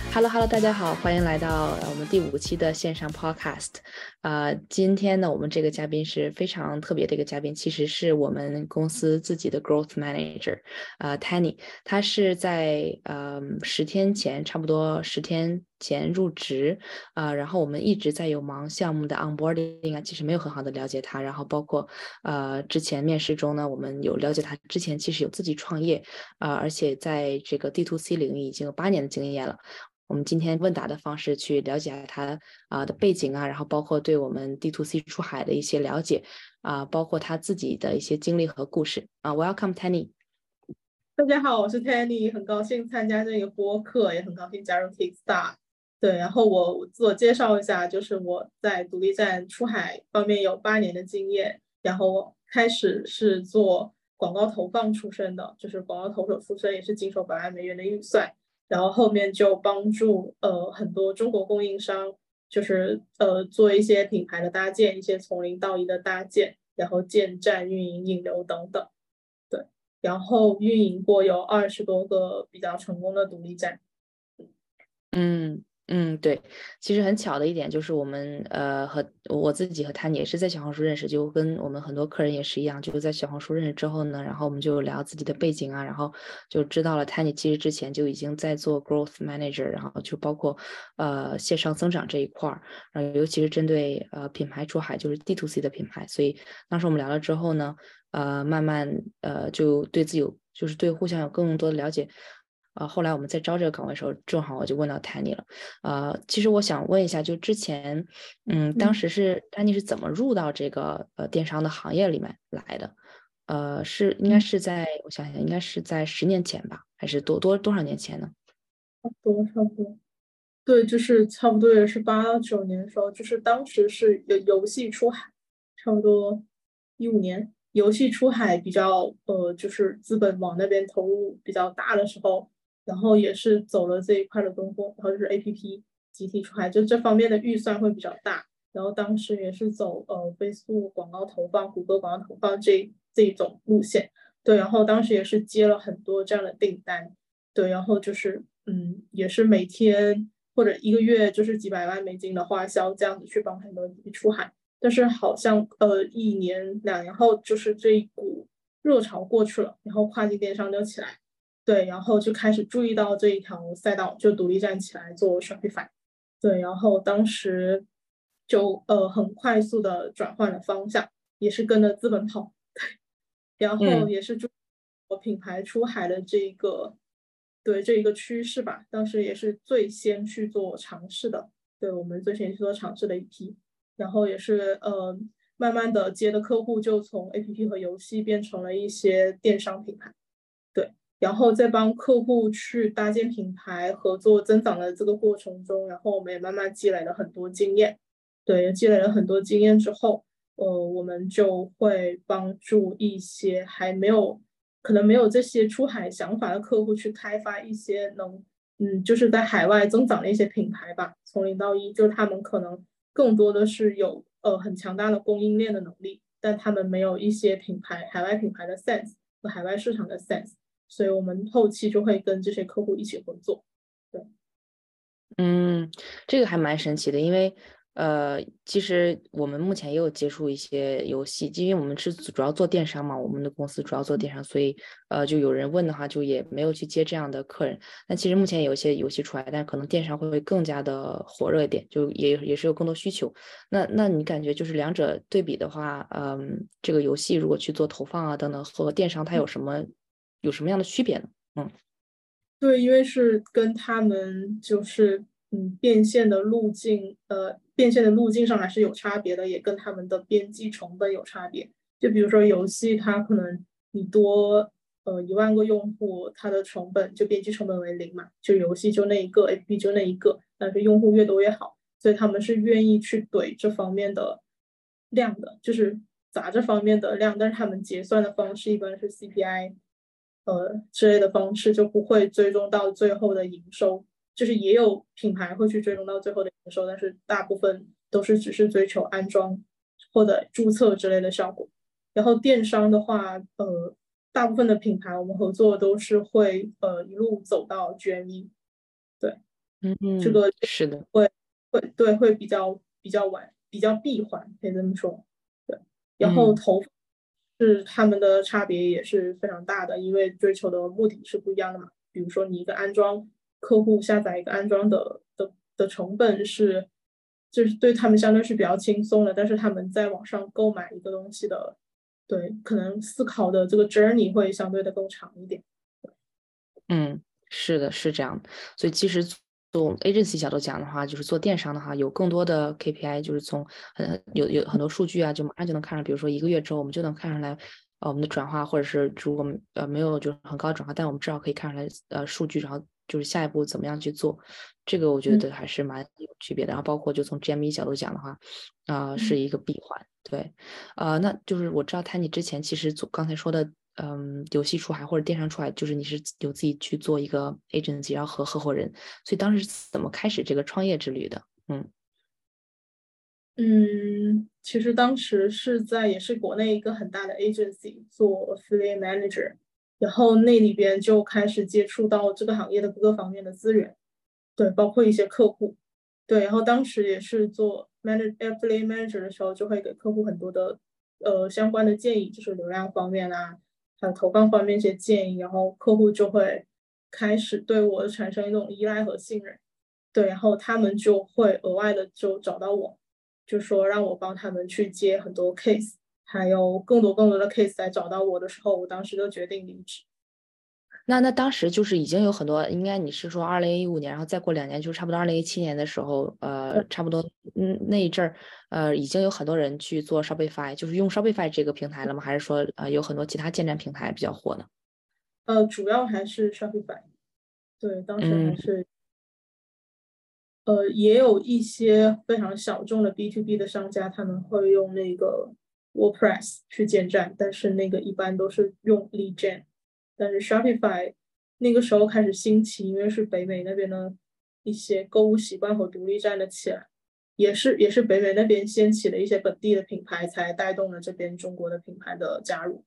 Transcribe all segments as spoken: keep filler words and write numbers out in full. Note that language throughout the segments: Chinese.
Hello Hello，大家好，欢迎来到呃我们第五期的线上 Podcast。呃，今天呢，我们这个嘉宾是非常特别的一个嘉宾，其实是我们公司自己的 Growth Manager，呃，Tanny，他是在呃十天前，差不多十天前入职，呃，然后我们一直在有忙项目的 onboarding 啊，其实没有很好的了解他，然后包括呃之前面试中呢，我们有了解他之前其实有自己创业，呃，而且在这个 D to C 领域已经有八年的经验了。我们今天问答的方式去了解他啊、呃、的背景啊，然后包括对我们 D to C 出海的一些了解啊、呃，包括他自己的一些经历和故事啊、呃。Welcome Tanny。 大家好，我是 Tanny，很高兴参加这个播客，也很高兴加入 Kickstart。对，然后我自我介绍一下，就是我在独立站出海方面有八年的经验，然后我开始是做广告投放出身的，就是广告投手出身，也是经手百万美元的预算，然后后面就帮助呃很多中国供应商，就是呃做一些品牌的搭建，一些从零到一的搭建，然后建站、运营、引流等等。对。然后运营过有二十多个比较成功的独立站。 嗯嗯，对，其实很巧的一点就是我们呃和我自己和他也是在小红书认识，就跟我们很多客人也是一样，就是在小红书认识之后呢，然后我们就聊自己的背景啊，然后就知道了 Tanny 其实之前就已经在做 Growth Manager，然后就包括呃线上增长这一块儿，然后尤其是针对呃品牌出海，就是 D to C 的品牌，所以当时我们聊了之后呢，呃慢慢呃就对自己有就是对互相有更多的了解。呃，后来我们在招这个岗位的时候，正好我就问到 Tanny 了。呃，其实我想问一下，就之前，嗯，当嗯， 时是 Tanny 是怎么入到这个呃电商的行业里面来的？呃，是应该嗯， 是在我想想，应该是在十年前吧，还是多多多少年前呢？ 差不多差不多。对，就是差不多也是八九年的时候，就是当时是有游戏出海，差不多一五年，游戏出海比较呃，就是资本往那边投入比较大的时候，然后也是走了这一块的东风，然后就是 A P P 集体出海，就这方面的预算会比较大，然后当时也是走呃 Facebook 广告投放、谷歌广告投放这这一种路线。对，然后当时也是接了很多这样的订单。对，然后就是嗯，也是每天或者一个月就是几百万美金的花销，这样子去帮很多人出海。但是好像呃一年两年后，就是这一股热潮过去了，然后跨境电商就起来。对，然后就开始注意到这一条赛道，就独立站起来做 Shopify。对，然后当时就呃很快速的转换了方向，也是跟着资本跑。然后嗯也是注我品牌出海的这个，对这一个趋势吧。当时也是最先去做尝试的，对我们最先去做尝试的一批。然后也是呃，慢慢的接的客户就从 A P P 和游戏变成了一些电商品牌。对，然后在帮客户去搭建品牌、合作增长的这个过程中，然后我们也慢慢积累了很多经验。对，积累了很多经验之后，呃，我们就会帮助一些还没有可能没有这些出海想法的客户去开发一些能，嗯，就是在海外增长的一些品牌吧，从零到一，就是他们可能更多的是有呃很强大的供应链的能力，但他们没有一些品牌海外品牌的 sense 和海外市场的 sense。所以我们后期就会跟这些客户一起合作。对。 嗯，这个还蛮神奇的，因为呃，其实我们目前也有接触一些游戏，因为我们是主要做电商嘛，我们的公司主要做电商，所以呃，就有人问的话，就也没有去接这样的客人。但其实目前有一些游戏出来，但可能电商会更加的火热一点，就也也是有更多需求。那那你感觉就是两者对比的话，嗯，这个游戏如果去做投放啊等等，和电商它有什么有什么样的区别呢？嗯对，因为是跟他们就是嗯变现的路径，呃，变现的路径上还是有差别的，也跟他们的边际成本有差别。就比如说游戏，它可能你多呃一万个用户，它的成本就边际成本为零嘛，就游戏就那一个，A P P 就那一个，但是用户越多越好，所以他们是愿意去怼这方面的量的，就是砸这方面的量，但是他们结算的方式一般是 C P I。呃之类的方式，就不会追踪到最后的营收。就是也有品牌会去追踪到最后的营收，但是大部分都是只是追求安装或者注册之类的效果。然后电商的话，呃，大部分的品牌我们合作都是会呃一路走到 G M V。对。 嗯这个嗯，是的， 会会对会比较比较晚，比较闭环，可以这么说。对，然后嗯头发是他们的差别也是非常大的，因为追求的目的是不一样的嘛。比如说你一个安装客户下载一个安装的的的成本是，就是对他们相对是比较轻松的，但是他们在网上购买一个东西的，对，可能思考的这个 journey 会相对的更长一点。 嗯，是的，是这样的。所以其实从 agency 角度讲的话，就是做电商的话，有更多的 K P I，就是从很有有很多数据啊，就马上就能看出，比如说一个月之后，我们就能看出来，呃，我们的转化，或者是如果呃没有就是很高的转化，但我们至少可以看出来呃数据，然后就是下一步怎么样去做，这个我觉嗯得还是蛮有区别的。然后包括就从 G M V 角度讲的话，啊、是嗯。 一个闭环，对。呃，那就是我知道 Tiny 之前其实做刚才说的，嗯，游戏出海或者电商出海，就是你是有自己去做一个 agency，然后和合伙人，所以当时是怎么开始这个创业之旅的？嗯嗯，其实当时是在也是国内一个很大的 agency 做 affiliate manager，然后那里边就开始接触到这个行业的各个方面的资源，对，包括一些客户，对，然后当时也是做 manager affiliate manager 的时候，就会给客户很多的呃相关的建议，就是流量方面啊，还有投放方面一些建议，然后客户就会开始对我产生一种依赖和信任，对，然后他们就会额外的就找到我。就说让我帮他们去接很多 case，还有更多更多的 case 来找到我的时候，我当时就决定离职。 那那当时就是已经有很多，应该你是说二零一五年，然后再过两年，就差不多二零一七年的时候，呃，差不多嗯那一阵儿，呃，已经有很多人去做 Shopify，就是用 Shopify 这个平台了吗？还是说呃有很多其他建站平台比较火呢？ 呃，主要还是 Shopify，对，当时还嗯是呃也有一些非常小众的 B to B 的商家，他们会用那个 WordPress 去建站，但是那个一般都是用 Lead Gen，但是 Shopify 那个时候开始兴起，因为是北美那边的一些购物习惯和独立站了起来，也是也是北美那边掀起了一些本地的品牌，才带动了这边中国的品牌的加入。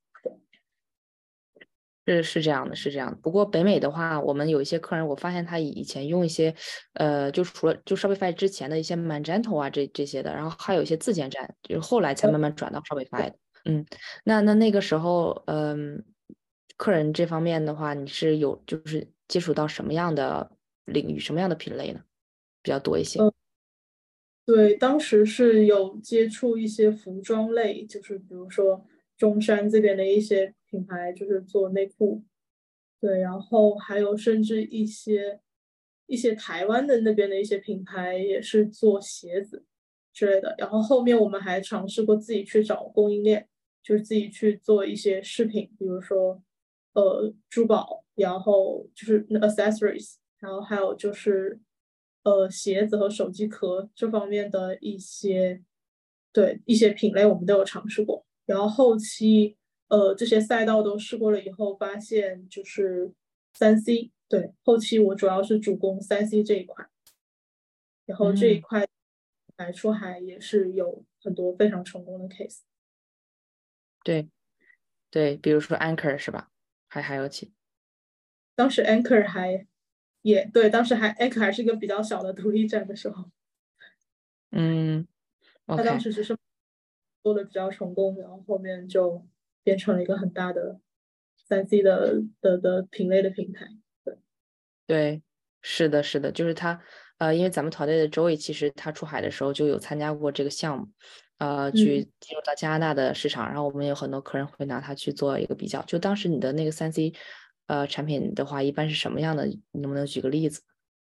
是是这样的，是这样的。不过北美的话，我们有一些客人，我发现他以以前用一些，呃，就除了就 Shopify 之前的一些 Magento 啊这这些的，然后还有一些自建站，就是后来才慢慢转到 Shopify 的。嗯，那那那个时候，嗯，客人这方面的话，你是有就是接触到什么样的领域，什么样的品类呢？比较多一些。 对，当时是有接触一些服装类，就是比如说中山这边的一些品牌，就是做内裤，对，然后还有甚至一些一些台湾的那边的一些品牌也是做鞋子之类的。然后后面我们还尝试过自己去找供应链，就是自己去做一些饰品，比如说呃珠宝，然后就是 accessories，然后还有就是呃鞋子和手机壳这方面的一些对一些品类我们都有尝试过。然后后期呃这些赛道都试过了以后，发现就是三 C，对，后期我主要是主攻三 C 这一块，然后这一嗯， 块来出海也是有很多非常成功的 case。 对对，比如说 Anchor 是吧？还还有其当时 Anchor 还也对，当时还 Anchor 还是一个比较小的独立站的时候， 嗯他当 ，OK。 时只是做的比较成功，然后后面就变成了一个很大的三 C 的的的品类的平台。对， 对，是的，是的，就是他，呃，因为咱们团队的周 o 其实他出海的时候就有参加过这个项目，呃，去嗯进入到加拿大的市场，然后我们有很多客人会拿它去做一个比较。就当时你的那个三 C，呃，产品的话，一般是什么样的？你能不能举个例子？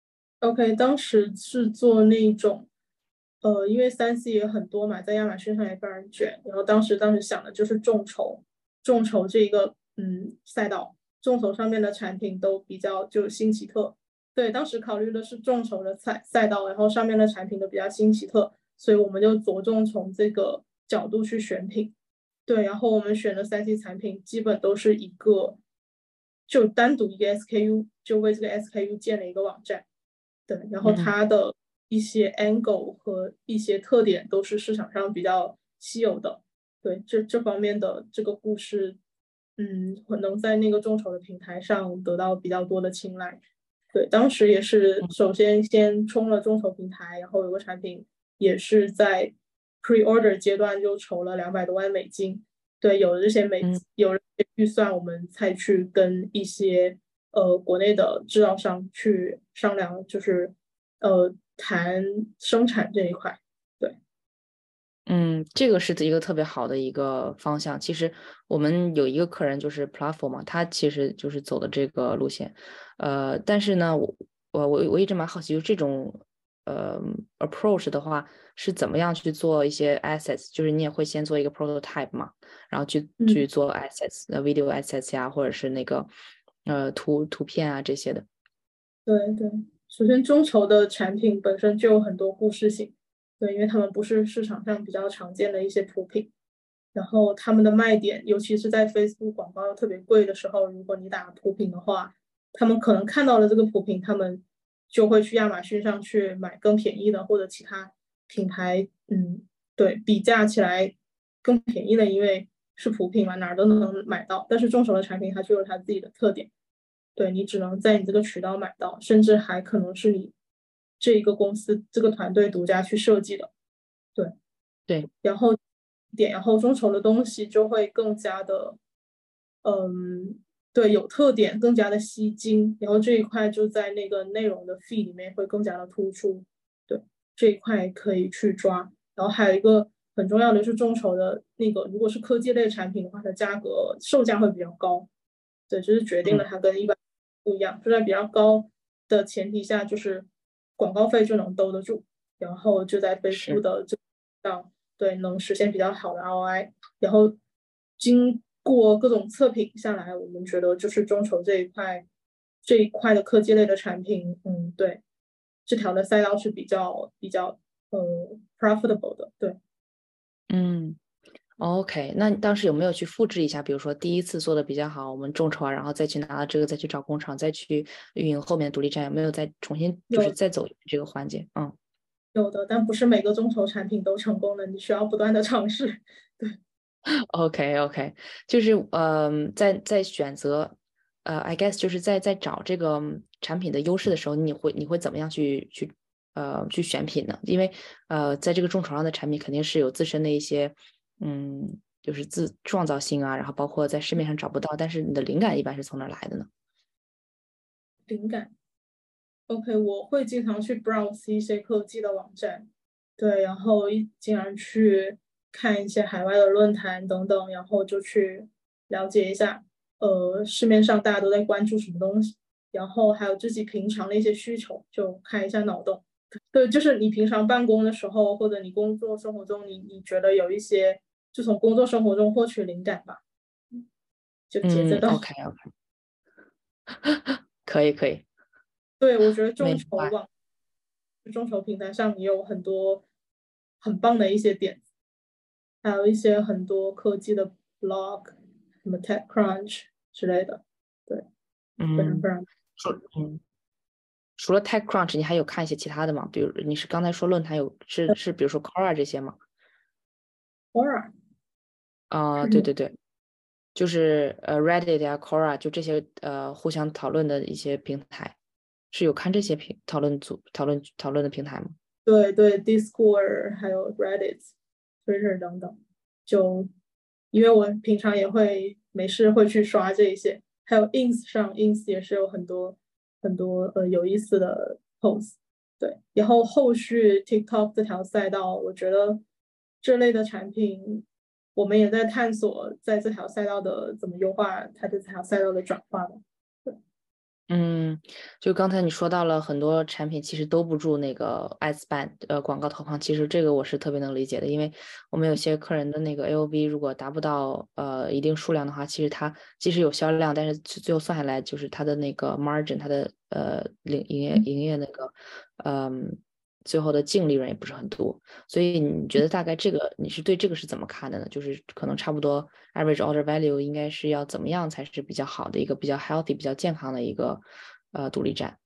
，OK，当时是做那种。呃，因为三 C 也很多嘛，在亚马逊上也非常卷。然后当时当时想的就是众筹，众筹这一个嗯赛道，众筹上面的产品都比较就新奇特。对，当时考虑的是众筹的赛赛道，然后上面的产品都比较新奇特，所以我们就着重从这个角度去选品。对，然后我们选的三 C 产品基本都是一个就单独一个 S K U，就为这个 S K U 建了一个网站。对，然后嗯。 它的一些 angle 和一些特点都是市场上比较稀有的。对，这这方面的这个故事，嗯，可能在那个众筹的平台上得到比较多的青睐。 对，当时也是首先先冲了众筹平台，然后有个产品也是在 pre-order 阶段就筹了两百多万美金。对，有了这些美嗯有了这些预算，我们才去跟一些呃国内的制造商去商量，就是呃谈生产这一块。对， 嗯，这个是一个特别好的一个方向。其实我们有一个客人就是 Platform 嘛，他其实就是走的这个路线。呃，但是呢，我我我我一直蛮好奇，就这种呃 approach 的话，是怎么样去做一些 assets？就是你也会先做一个 prototype 嘛，然后去嗯， 去做 assets，呃 video assets 呀，或者是那个呃图图片啊这些的。 对对。首先，众筹的产品本身就有很多故事性，对，因为他们不是市场上比较常见的一些普品。然后他们的卖点，尤其是在 Facebook 广告特别贵的时候，如果你打普品的话，他们可能看到了这个普品，他们就会去亚马逊上去买更便宜的，或者其他品牌，嗯，对，比价起来更便宜的，因为是普品嘛，哪儿都能买到。但是众筹的产品它就有它自己的特点，对你只能在你这个渠道买到，甚至还可能是你这一个公司这个团队独家去设计的，对。 对， 然后点，然后众筹的东西就会更加的，嗯，对，有特点，更加的吸睛，然后这一块就在那个内容的 feed 里面会更加的突出，对，这一块可以去抓。然后还有一个很重要的是众筹的那个，如果是科技类产品的话，它价格售价会比较高，对，这是决定了嗯它跟一般不一样，就在比较高的前提下，就是广告费就能兜得住，然后就在 Facebook 是。 的这上。对，能实现比较好的 R O I。然后经过各种测评下来，我们觉得就是众筹这一块这一块的科技类的产品，嗯，对，这条的赛道是比较比较呃 profitable 的。对， 嗯。OK，那你当时有没有去复制一下？比如说第一次做的比较好，我们众筹啊，然后再去拿到这个，再去找工厂，再去运营后面的独立站，有没有再重新就是有再走这个环节？嗯有的，但不是每个众筹产品都成功的，你需要不断的尝试。对。 ，OK OK，就是嗯、呃在在选择呃，I guess 就是在在找这个产品的优势的时候，你会你会怎么样去去呃去选品呢？因为呃，在这个众筹上的产品肯定是有自身的一些嗯，就是自创造性啊，然后包括在市面上找不到，但是你的灵感一般是从哪儿来的呢？ 灵感。OK，我会经常去 browse 一些科技的网站，对，然后一经常去看一些海外的论坛等等，然后就去了解一下，呃，市面上大家都在关注什么东西，然后还有自己平常的一些需求，就开一下脑洞。对，就是你平常办公的时候，或者你工作生活中，你你觉得有一些，就从工作生活中获取灵感吧，就节奏嗯到。 ，OK OK，可以可以， 对，我觉得众明白。 筹网众筹平台上也有很多很棒的一些点子，还有一些很多科技的 blog，什么 TechCrunch 之类的，对，非常非嗯， 常。 除嗯除了 TechCrunch，你还有看一些其他的吗？比如你是刚才说论坛有是是比如说 Quora 这些吗？ Quora 啊、 是什么？ 对对对，就是呃 Reddit 呀、Quora 就这些呃互相讨论的一些平台，是有看这些平讨论组讨论讨论的平台吗？ 对对，Discord 还有 Reddit、Twitter 等等，就因为我平常也会没事会去刷这一些，还有 Ins 上 Ins 也是有很多很多呃有意思的 post。对，然后后续 TikTok 这条赛道，我觉得这类的产品，我们也在探索在这条赛道的怎么优化它这条赛道的转化吧。对， 嗯，就刚才你说到了很多产品其实都不住那个 ad spend，呃，广告投放，其实这个我是特别能理解的，因为我们有些客人的那个 A O V 如果达不到呃一定数量的话，其实它即使有销量，但是最后算下来就是它的那个 margin，它的呃营营业营业那个嗯、最后的净利润也不是很多，所以你觉得大概这个你是对这个是怎么看的呢？就是可能差不多 average order value 应该是要怎么样才是比较好的一个比较 healthy 比较健康的一个呃独立站？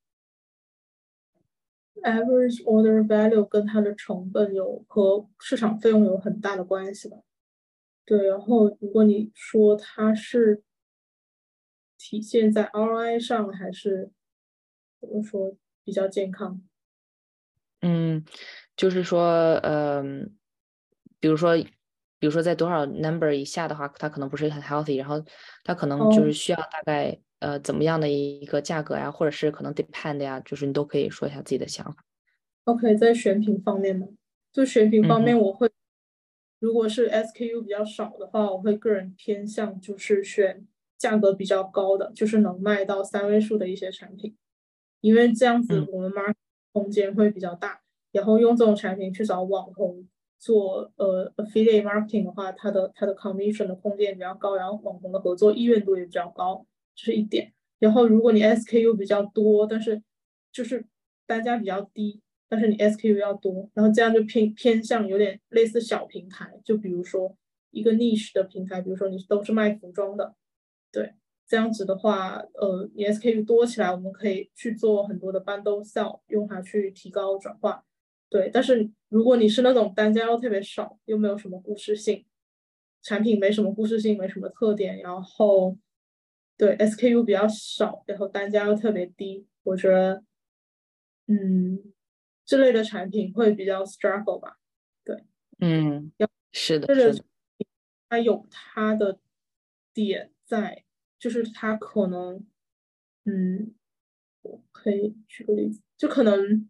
average order value 跟它的成本有和市场费用有很大的关系吧。对，然后如果你说它是体现在 R O I 上，还是怎么说比较健康。 嗯，就是说，嗯、比如说，比如说在多少 number 以下的话，它可能不是很 healthy，然后它可能就是哦需要大概呃怎么样的一个价格呀，或者是可能 depend 呀，就是你都可以说一下自己的想法。 ，OK，在选品方面呢，就选品方嗯面我会，如果是 S K U 比较少的话，我会个人偏向就是选价格比较高的，就是能卖到三位数的一些产品。因为这样子嗯我们 market 空间会比较大，然后用这种产品去找网红做呃 affiliate marketing 的话，它的它的 commission 的空间比较高，然后网红的合作意愿度也比较高，这是一点。然后如果你 S K U 比较多，但是就是单价比较低，但是你 S K U 要多，然后这样就偏偏向有点类似小平台，就比如说一个 niche 的平台，比如说你都是卖服装的，对。这样子的话，呃，你 S K U 多起来，我们可以去做很多的 bundle sell，用它去提高转化。对，但是如果你是那种单价又特别少，又没有什么故事性，产品没什么故事性，没什么特点，然后对 S K U 比较少，然后单价又特别低，我觉得，嗯，这类的产品会比较 struggle 吧。对， 嗯，是的， 这个是的。 它有它的点在，就是它可能，嗯，我可以举个例子，就可能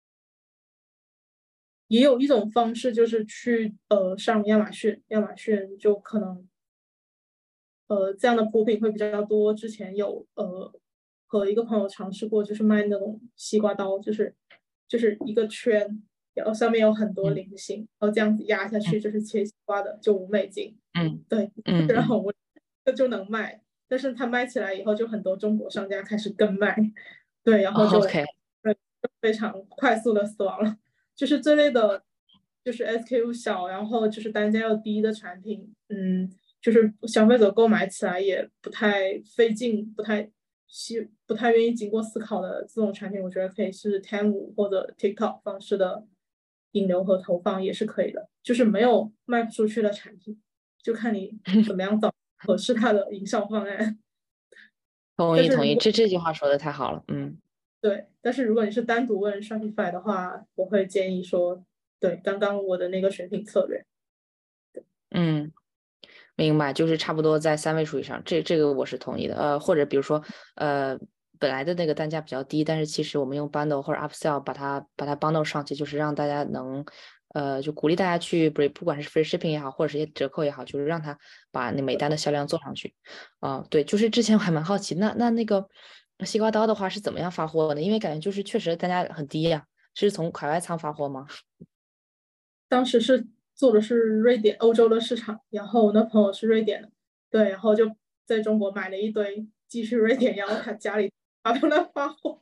也有一种方式，就是去呃上亚马逊，亚马逊就可能呃这样的补品会比较多。之前有呃和一个朋友尝试过，就是卖那种西瓜刀，就是就是一个圈，然后上面有很多嗯菱形，然后这样子压下嗯去就是切西瓜的，就五美金。 嗯对， 嗯嗯觉得很无聊，这就能卖。但是它卖起来以后，就很多中国商家开始跟卖，对，然后就 ，OK。 对就非常快速的死亡了。就是这类的，就是 S K U 小，然后就是单价又低的产品，嗯，就是消费者购买起来也不太费劲，不太希不太愿意经过思考的这种产品，我觉得可以是 Temu 或者 TikTok 方式的引流和投放也是可以的，就是没有卖不出去的产品，就看你怎么样找合适它的营销方案。 同意同意， 但是如果这这句话说的太好了。嗯对，但是如果你是单独问 Shopify 的话，我会建议说，对，刚刚我的那个选品策略。 嗯。明白，就是差不多在三位数以上，这这个我是同意的。呃，或者比如说，呃，本来的那个单价比较低，但是其实我们用 bundle 或者 upsell 把它把它 bundle 上去，就是让大家能，呃，就鼓励大家去，不不管是 free shipping 也好，或者是一些折扣也好，就是让他把那每单的销量做上去。啊、对，就是之前我还蛮好奇，那那那个西瓜刀的话是怎么样发货的？因为感觉就是确实单价很低呀、是从海外仓发货吗？ 当时是做的是瑞典欧洲的市场，然后我那朋友是瑞典的，对，然后就在中国买了一堆，寄去瑞典，然后他家里发到那发货。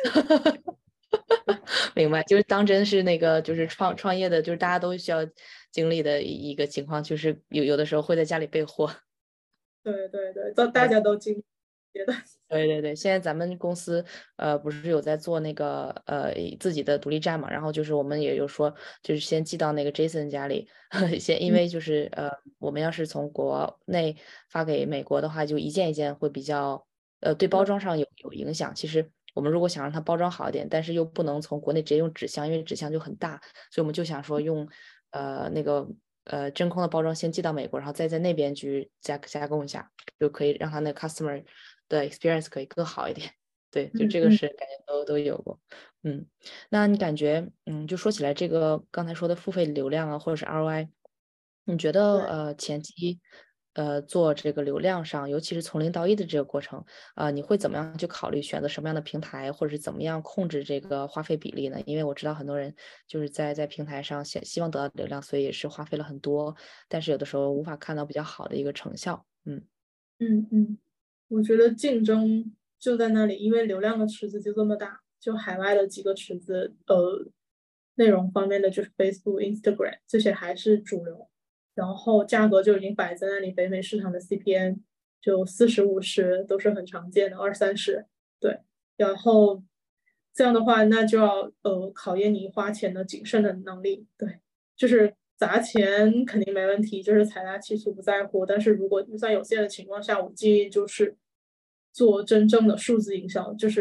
明白，就是当真是那个就是创创业的，就是大家都需要经历的一个情况，就是有有的时候会在家里备货。 对对对，都大哎， 家都经历觉得。 对对对，现在咱们公司呃不是有在做那个呃自己的独立站嘛，然后就是我们也有说，就是先寄到那个 Jason 家里，先因嗯， 为就是呃我们要是从国内发给美国的话，就一件一件会比较呃对包对， 装上有有影响。其实我们如果想让它包装好一点，但是又不能从国内直接用纸箱，因为纸箱就很大，所以我们就想说用呃那个呃真空的包装先寄到美国，然后再在那边去加加工一下，就可以让他那个 customer 的 experience 可以更好一点。对，就这个嗯嗯， 是感觉都都有过。嗯，那你感觉，嗯，就说起来这个刚才说的付费流量啊，或者是 R O I，你觉得对。 呃前期呃做这个流量上，尤其是从零到一的这个过程，啊，你会怎么样去考虑选择什么样的平台，或者是怎么样控制这个花费比例呢？因为我知道很多人就是在在平台上希希望得到流量，所以也是花费了很多，但是有的时候无法看到比较好的一个成效。嗯嗯嗯，我觉得竞争就在那里，因为流量的池子就这么大，就海外的几个池子，呃，内容方面的就是 Facebook、Instagram 这些还是主流，然后价格就已经摆在那里，北美市场的 C P M 就四十五十都是很常见的，二三十，对，然后这样的话，那就要呃考验你花钱的谨慎的能力，对。就是砸钱肯定没问题，就是财大气粗不在乎。但是如果预算有限的情况下，我建议就是做真正的数字营销，就是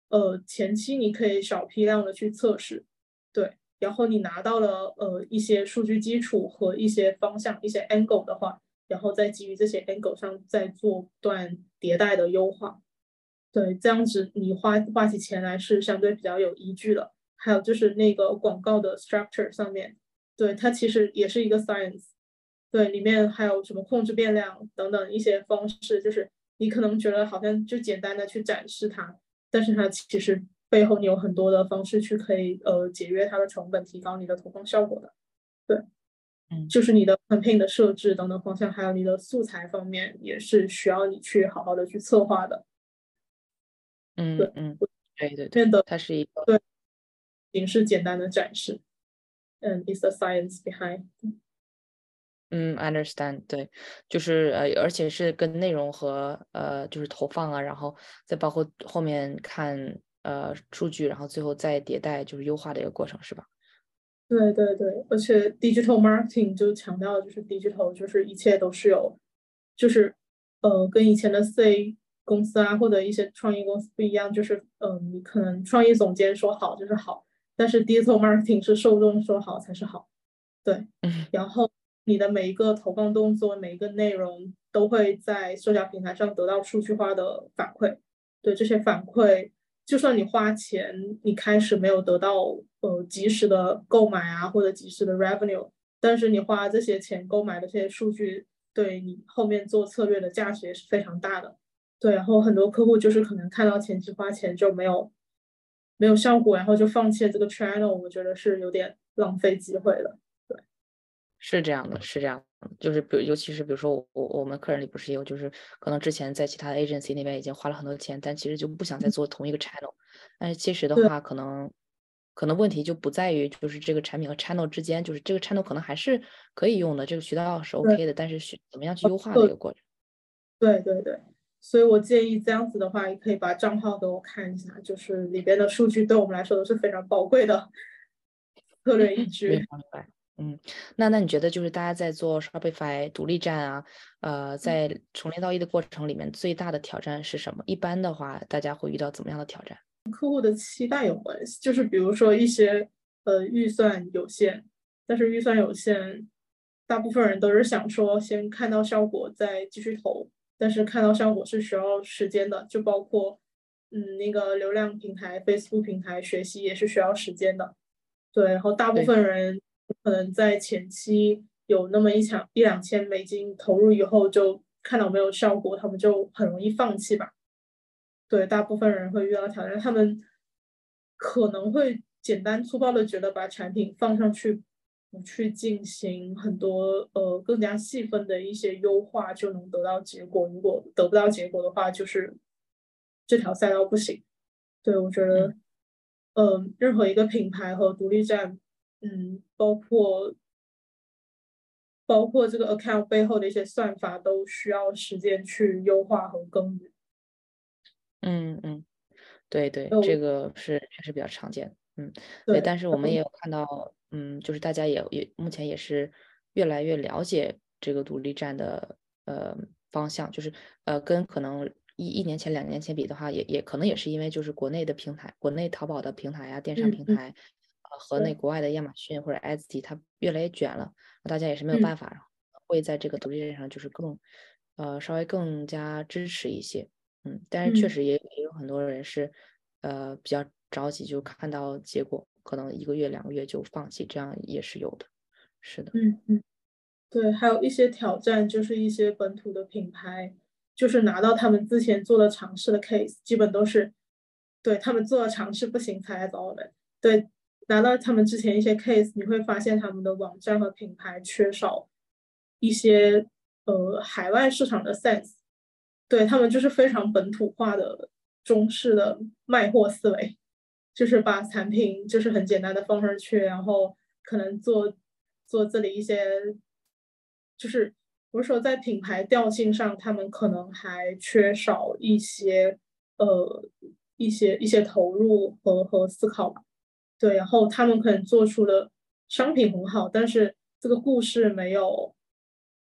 呃前期你可以小批量的去测试，对，然后你拿到了呃一些数据基础和一些方向一些 angle 的话，然后再基于这些 angle 上再做不断迭代的优化，对，这样子你花花起钱来是相对比较有依据的。还有就是那个广告的 structure 上面，对，它其实也是一个 science，对，里面还有什么控制变量等等一些方式，就是你可能觉得好像就简单的去展示它，但是它其实背后你有很多的方式去可以呃节约它的成本，提高你的投放效果的。对， 嗯就是你的 campaign 的设置等等方向，还有你的素材方面，也是需要你去好好的去策划的。对， 嗯嗯，对对对， 面的它是一个对形式简单的展示，嗯，is the science behind。 嗯，understand，对，就是呃，而且是跟内容和呃，就是投放啊，然后再包括后面看呃数据，然后最后再迭代，就是优化的一个过程，是吧？ 对对对，而且 digital marketing 就强调的就是 digital，就是一切都是有，就是呃，跟以前的 C 公司啊或者一些创意公司不一样，就是嗯、呃，你可能创意总监说好就是好，但是 digital marketing 是受众说好才是好。对， 嗯， 然后你的每一个投放动作、每一个内容都会在社交平台上得到数据化的反馈。对，这些反馈，就算你花钱，你开始没有得到呃及时的购买啊，或者及时的 revenue，但是你花这些钱购买的这些数据，对你后面做策略的价值也是非常大的。对，然后很多客户就是可能看到前期花钱就没有没有效果，然后就放弃了这个 channel，我觉得是有点浪费机会了。对。 是这样的，是这样的，就是比如，尤其是比如说我我我们客人里不是有，就是可能之前在其他的 agency 那边已经花了很多钱，但其实就不想再做同一个 channel，但是其实的对话，可能可能问题就不在于就是这个产品和 channel 之间，就是这个 channel 可能还是可以用的，这个渠道是对， OK 的，但是需怎么样去优化的一呃， 个过程。 对对对，所以我建议这样子的话，你可以把账号给我看一下，就是里边的数据对我们来说都是非常宝贵的策略依明据。 白明白，嗯，那那你觉得就是大家在做 Shopify 独立站啊，呃，在从零到一的过程里面，最大的挑战是什么？一般的话，大家会遇到怎么样的挑战？ 客户的期待有关系，就是比如说一些呃预算有限，但是预算有限，大部分人都是想说先看到效果再继续投，但是看到效果是需要时间的，就包括嗯那个流量平台、Facebook 平台学习也是需要时间的。对，然后大部对， 分人可能在前期有那么一两一两千美金投入以后，就看到没有效果，他们就很容易放弃吧。对，大部分人会遇到挑战，他们可能会简单粗暴的觉得把产品放上去，不去进行很多呃更加细分的一些优化就能得到结果。如果得不到结果的话，就是这条赛道不行。对，我觉嗯。 得，呃，任何一个品牌和独立站，嗯，包括包括这个 account 背后的一些算法，都需要时间去优化和耕耘。 嗯嗯，对对， 呃， 这个是确实比较常见。嗯，对， 对， 但是我们也有看到，嗯，就是大家也也目前也是越来越了解这个独立站的呃方向，就是呃跟可能一一年前、两年前比的话，也也可能也是因为就是国内的平台，国内淘宝的平台呀、电商嗯嗯， 平台，呃和那对， 国外的亚马逊或者 Etsy 它越来越卷了，大家也是没有嗯办法，会在这个独立站上就是更呃稍微更加支持一些。嗯，但是确嗯实也也有很多人是，呃，比较着急，就看到结果，可能一个月、两个月就放弃，这样也是有的。是的， 嗯嗯。对，还有一些挑战，就是一些本土的品牌，就是拿到他们之前做的尝试的 case，基本都是对他们做的尝试不行才来找我们。对，拿到他们之前一些 case，你会发现他们的网站和品牌缺少一些呃海外市场的 sense，对他们就是非常本土化的中式的卖货思维，就是把产品就是很简单的放上去，然后可能做做这里一些，就是不是说在品牌调性上，他们可能还缺少一些呃一些一些投入和和思考吧。对，然后他们可能做出的商品很好，但是这个故事没有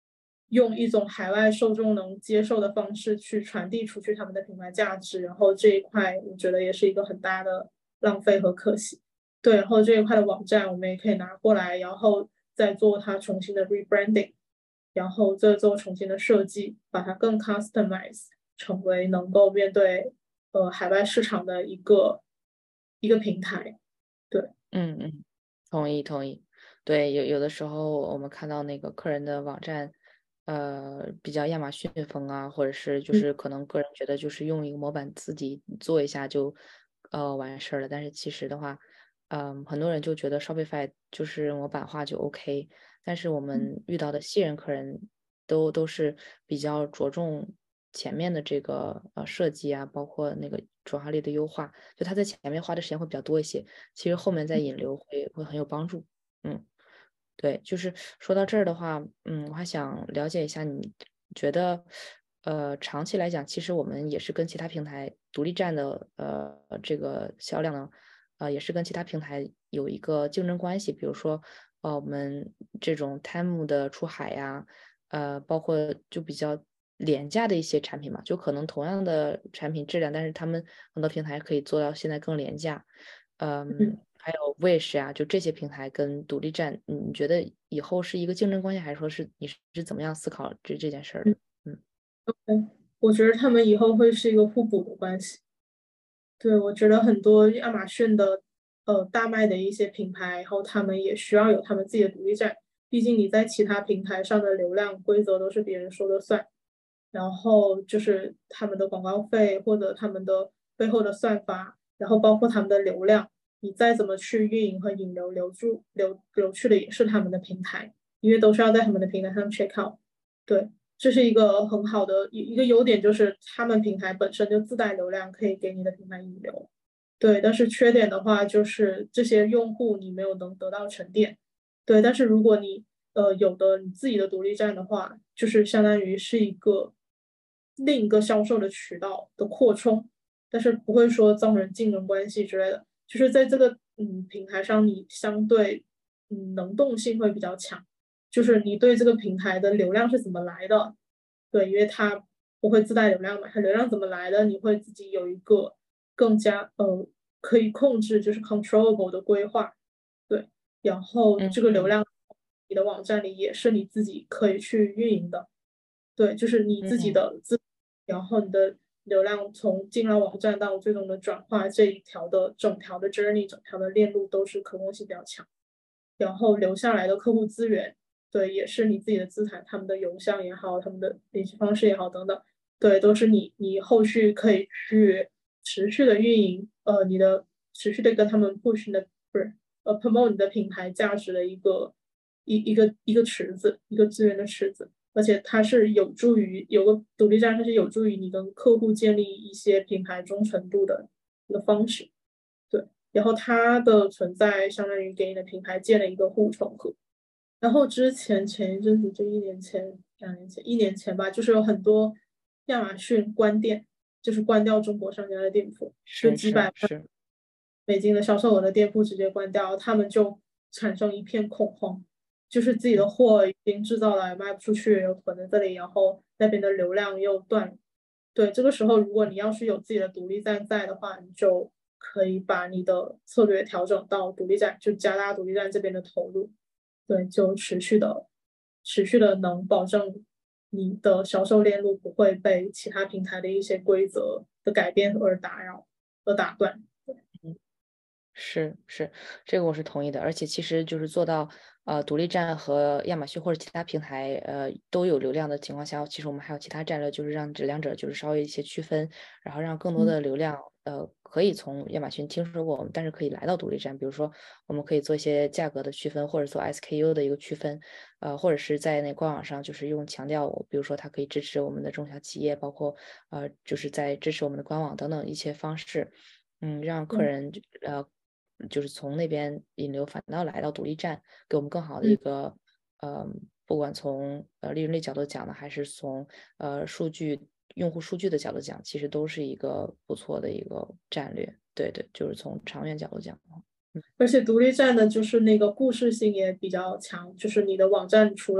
用一种海外受众能接受的方式去传递出去他们的品牌价值，然后这一块我觉得也是一个很大的浪费和可惜。对，然后这一块的网站我们也可以拿过来，然后再做它重新的 rebranding， 然后再做重新的设计，把它更 customize 成为能够面对呃海外市场的一个一个平台。对， 嗯嗯，同意同意。对，有有的时候我们看到那个客人的网站，呃，比较亚马逊风啊，或者是就嗯是可能个人觉得就是用一个模板自己做一下就呃完事儿了，但是其实的话，嗯、很多人就觉得 Shopify 就是模板化就 OK，但是我嗯们遇到的新人客人都都是比较着重前面的这个呃设计啊，包括那个转化率的优化，就他在前面花的时间会比较多一些，其实后面再引流会会很有帮助。嗯，对，就是说到这儿的话，嗯，我还想了解一下，你觉得，呃，长期来讲，其实我们也是跟其他平台独立站的，呃，这个销量呢，呃，也是跟其他平台有一个竞争关系。比如说，呃，我们这种 Temu 的出海呀，呃，包括就比较廉价的一些产品嘛，就可能同样的产品质量，但是他们很多平台可以做到现在更廉价。 嗯。 嗯，还有 Wish 啊，就这些平台跟独立站，嗯你觉得以后是一个竞争关系，还是说是你是是怎么样思考这这件事儿的？嗯嗯，我觉得他们以后会是一个互补的关系。对，我觉得很多亚马逊的呃大卖的一些品牌，然后他们也需要有他们自己的独立站。毕竟你在其他平台上的流量规则都是别人说了算，然后就是他们的广告费或者他们的背后的算法，然后包括他们的流量，你再怎么去运营和引流，留住流流去的也是他们的平台，因为都是要在他们的平台上 check out。对，这是一个很好的一一个优点，就是他们平台本身就自带流量，可以给你的平台引流。对，但是缺点的话就是这些用户你没有能得到沉淀。对，但是如果你呃有的你自己的独立站的话，就是相当于是一个另一个销售的渠道的扩充，但是不会说造成竞争关系之类的。就是在这个嗯平台上，你相对嗯能动性会比较强。就是你对这个平台的流量是怎么来的，对，因为它不会自带流量嘛，它流量怎么来的，你会自己有一个更加呃可以控制，就是 controllable 的规划，对，然后嗯嗯这个流量你的网站里也是你自己可以去运营的，对，就是你自己嗯的自，然后你的流量从进了网站到最终的转化这一条的整条的 journey，整条的链路都是可控性比较强，然后留下来的客户资源。对，也是你自己的资产，他们的邮箱也好，他们的联系方式也好等等，对，都是你你后续可以去持续的运营，呃，你的持续的跟他们 push 你的不是呃 promote 你的品牌价值的一个一一个一个池子，一个资源的池子，而且它是有助于有个独立站，它是有助于你跟客户建立一些品牌忠诚度的一个方式，对，然后它的存在相当于给你的品牌建了一个护城河。然后之前前一阵子，就一年前、两年前、一年前吧，就是有很多亚马逊关店，就是关掉中国商家的店铺，就是几百万是是， 美金的销售额的店铺直接关掉，他们就产生一片恐慌，就是自己的嗯货已经制造了也卖不出去，又囤在这里，然后那边的流量又断了。对，这个时候如果你要是有自己的独立站在的话，你就可以把你的策略调整到独立站，就加大独立站这边的投入。对，就持续的、持续的能保证你的销售链路不会被其他平台的一些规则的改变而打扰、而打断。 嗯。是是，这个我是同意的，而且其实就是做到呃独立站和亚马逊或者其他平台呃都有流量的情况下，其实我们还有其他战略，就是让这两者就是稍微一些区分，然后让更多嗯的流量呃可以从亚马逊听说过我们，但是可以来到独立站，比如说我们可以做一些价格的区分，或者做 S K U 的一个区分，呃或者是在那官网上就是用强调，比如说它可以支持我们的中小企业，包括呃就是在支持我们的官网等等一些方式。嗯，让客对， 人呃，就是从那边引流反倒来到独立站，给我们更好的一嗯。 个呃，不管从呃利润率角度讲呢，还是从呃数据用户数据的角度讲，其实都是一个不错的一个战略。对对，就是从长远角度讲的话，嗯而且独立站的就是那个故事性也比较强，就是你的网站除了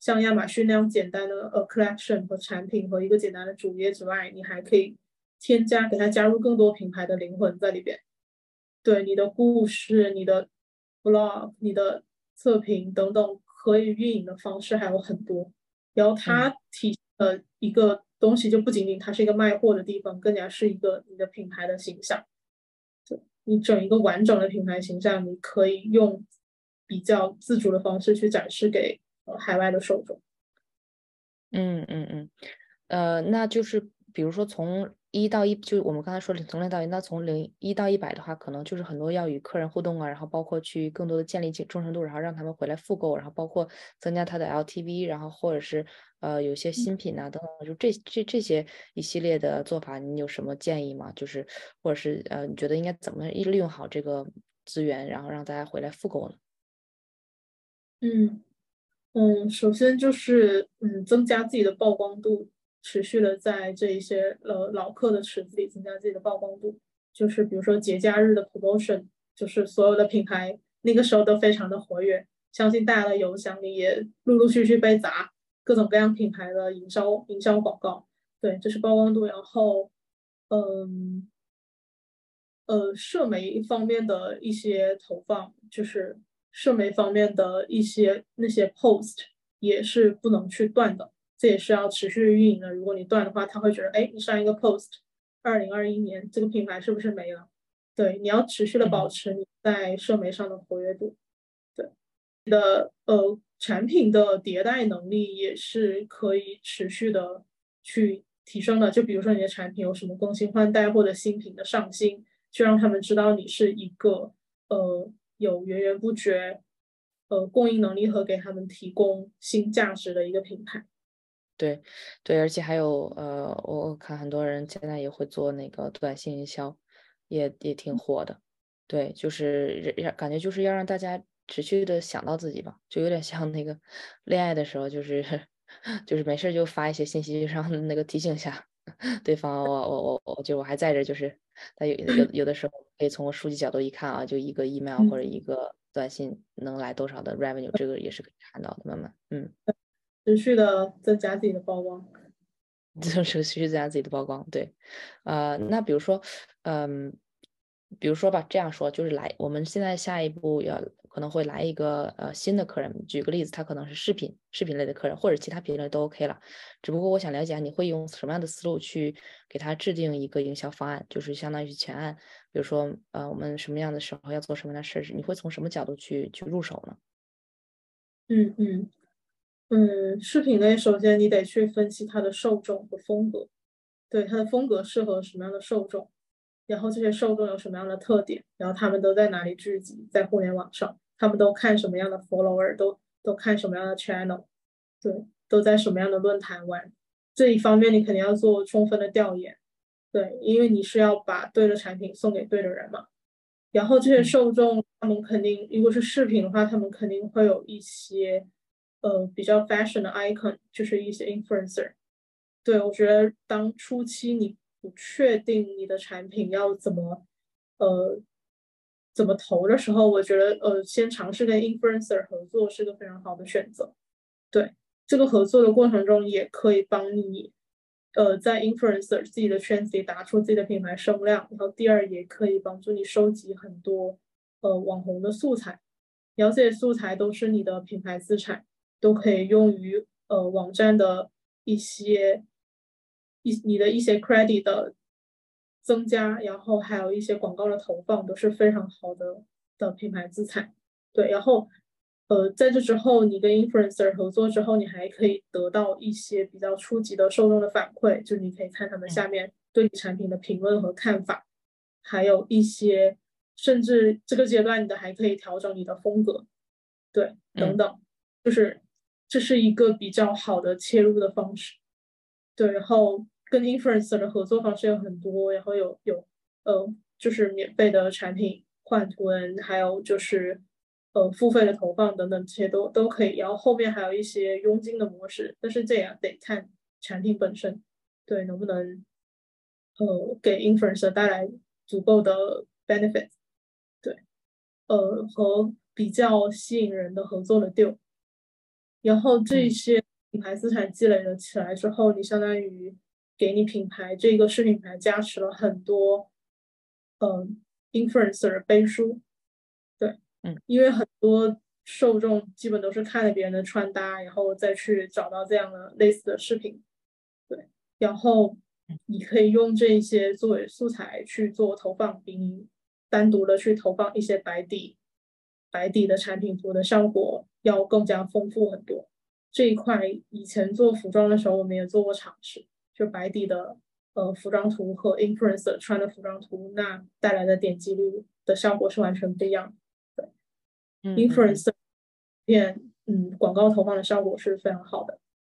像亚马逊那样简单的呃 collection 和产品和一个简单的主页之外，你还可以添加给它加入更多品牌的灵魂在里边。对，你的故事、你的 blog、你的测评等等可以运营的方式还有很多。然后它嗯体呃一个东西就不仅仅它是一个卖货的地方，更加是一个你的品牌的形象。你整一个完整的品牌形象，你可以用比较自主的方式去展示给呃海外的受众。 嗯嗯嗯，呃，那就是比如说从一到一，就我们刚才说的从零到一，那从零一到一百的话，可能就是很多要与客人互动啊，然后包括去更多的建立起忠诚度，然后让他们回来复购，然后包括增加他的 L T V，然后或者是呃有些新品啊等等，就这这这些一系列的做法，你有什么建议吗？就是或者是呃你觉得应该怎么利用好这个资源，然后让大家回来复购呢？ 嗯嗯，首先就是嗯增加自己的曝光度，持续的在这一些呃老客的池子里增加自己的曝光度。就是比如说节假日的 promotion，就是所有的品牌那个时候都非常的活跃，相信大家的邮箱里也陆陆续续被砸各种各样品牌的营销营销广告。对，这是曝光度。然后嗯呃，社媒方面的一些投放，就是社媒方面的一些那些 post 也是不能去断的，这也是要持续运营的。如果你断的话，他会觉得，哎，你上一个 post，二零二一年这个品牌是不是没了？对，你要持续的保嗯持你在社媒上的活跃度。对，呃，产品的迭代能力也是可以持续的去提升的。就比如说你的产品有什么更新换代或者新品的上新，就让他们知道你是一个呃有源源不绝呃供应能力和给他们提供新价值的一个品牌。 对，对，而且还有呃，我看很多人现在也会做那个短信营销，也也挺火的。对，就是让感觉就是要让大家持续的想到自己吧，就有点像那个恋爱的时候，就是就是没事儿就发一些信息，让那个提醒一下对方，我我我我就我还在这，就是他有有有的时候可以从数据角度一看啊，就一个 email 或者嗯， 一个短信能来多少的 revenue，这个也是可以看到的，慢慢，嗯。 持续的增加自己的曝光。 就是持续增加自己的曝光，对，呃，那比如说，嗯，比如说吧，这样说就是来，我们现在下一步要可能会来一个呃新的客人，举个例子，他可能是视频视频类的客人，或者其他品类都 OK 了，只不过我想了解你会用什么样的思路去给他制定一个营销方案，就是相当于全案，比如说呃我们什么样的时候要做什么样的事，你会从什么角度去去入手呢？ 嗯嗯。嗯，视频类首先你得去分析它的受众和风格，对它的风格适合什么样的受众，然后这些受众有什么样的特点，然后他们都在哪里聚集，在互联网上，他们都看什么样的 follower，都都看什么样的 channel，对，都在什么样的论坛玩。这一方面你肯定要做充分的调研，对，因为你是要把对的产品送给对的人嘛。然后这些嗯受众，他们肯定，如果是视频的话，他们肯定会有一些呃比较 fashion 的 icon，就是一些 influencer。对，我觉得当初期你不确定你的产品要怎么呃怎么投的时候，我觉得呃先尝试跟 influencer 合作是个非常好的选择。对，这个合作的过程中也可以帮你呃在 influencer 自己的圈子里打出自己的品牌声量，然后第二也可以帮助你收集很多呃网红的素材，然后这些素材都是你的品牌资产，都可以用于呃网站的一些一你的一些 credit 的增加，然后还有一些广告的投放都是非常好的的品牌资产。对，然后呃，在这之后，你跟 influencer 合作之后，你还可以得到一些比较初级的受众的反馈，就你可以看他们嗯下面对你产品的评论和看法，还有一些甚至这个阶段你的还可以调整你的风格，对，等嗯等，就是这是一个比较好的切入的方式。对，然后跟 influencer 的合作方式有很多，然后有有呃，就是免费的产品换图文，还有就是呃付费的投放等等，这些都都可以。然后后面还有一些佣金的模式，但是这也得看产品本身，对，能不能呃给 influencer 带来足够的 benefit，对，呃和比较吸引人的合作的 deal。 然后这嗯些品牌资产积累了起来之后，你相当于给你品牌这个视频品牌加持了很多，嗯，influencer 背书，对， 嗯因为很多受众基本都是看了别人的穿搭，然后再去找到这样的类似的视频，对，然后你可以用这些作为素材去做投放，比你单独的去投放一些白底白底的产品图的效果要更加丰富很多。这一块以前做服装的时候，我们也做过尝试，就白底的呃服装图和 influencer 穿的服装图，那带来的点击率的效果是完全不一样的。对嗯嗯嗯 ，influencer 变嗯广告投放的效果是非常好的。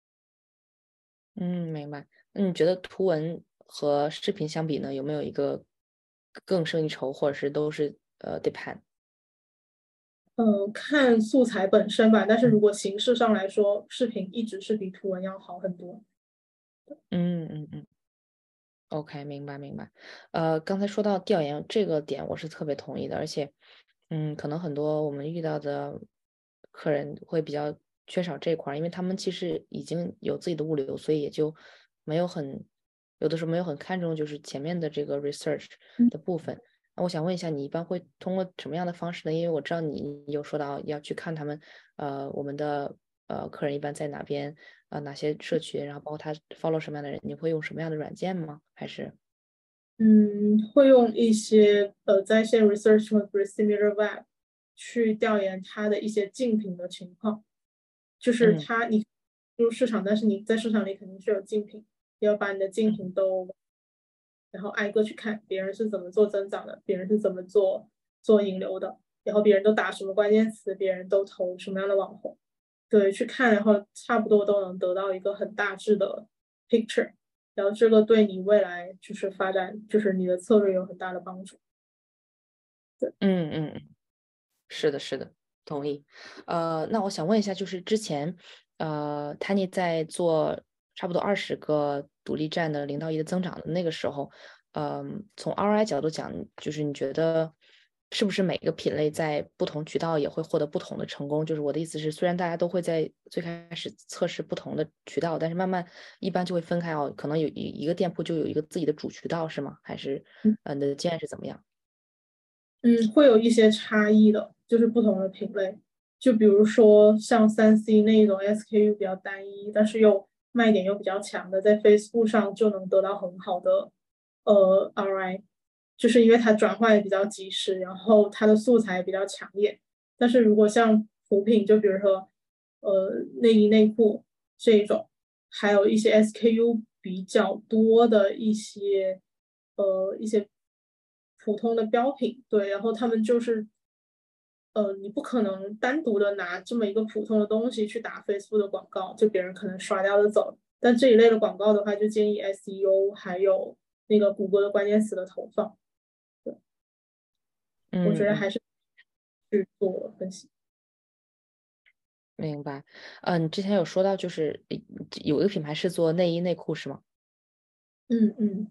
嗯，明白。那你觉得图文和视频相比呢，有没有一个更胜一筹，或者是都是呃 depend？ 呃，看素材本身吧，但是如果形式上来说，视频一直是比图文要好很多。 嗯嗯嗯。OK，明白明白。呃，刚才说到调研这个点，我是特别同意的，而且，嗯，可能很多我们遇到的客人会比较缺少这块儿，因为他们其实已经有自己的物流，所以也就没有很，有的时候没有很看重就是前面的这个 research 嗯的部分。那我想问一下，你一般会通过什么样的方式呢？因为我知道你你有说到要去看他们，呃，我们的呃客人一般在哪边。呃哪些社群，然后包括他 follow 什么样的人，你会用什么样的软件吗？还是嗯，会用一些呃在线 research 和 Similar Web 去调研它的一些竞品的情况，就是嗯它你入市场，但是你在市场里肯定是有竞品，你要把你的竞嗯品都，然后挨个去看别人是怎么做增长的，别人是怎么做做引流的，然后别人都打什么关键词，别人都投什么样的网红，对，去看，然后差不多都能得到一个很大致的 picture。然后这个对你未来就是发展，就是你的策略有很大的帮助。对， 嗯嗯嗯，是的，是的，同意。呃，那我想问一下，就是之前呃，Tani 在做差不多二十个独立站的零到一的增长的那个时候，嗯、从 R O I 角度讲，就是你觉得是不是每个品类在不同渠道也会获得不同的成功？就是我的意思是，虽然大家都会在最开始测试不同的渠道，但是慢慢一般就会分开哦，可能有一一个店铺就有一个自己的主渠道，是吗？还是嗯呃，你的经验是怎么样？ 嗯，会有一些差异的，就是不同的品类。就比如说像三 C 那一种 S K U 比较单一，但是又卖点又比较强的，在 Facebook 上就能得到很好的呃 R O I，就是因为它转化也比较及时，然后它的素材也比较抢眼。但是如果像补品，就比如说呃内衣内裤这一种，还有一些 S K U 比较多的一些呃一些普通的标品，对，然后他们就是呃你不可能单独的拿这么一个普通的东西去打 Facebook 的广告，就别人可能刷掉就走了。但这一类的广告的话，就建议 S E O 还有那个谷歌的关键词的投放，对，我觉嗯嗯。 得还是去做分析。 明白。嗯，你之前有说到就是呃有一个品牌是做内衣内裤是吗嗯嗯，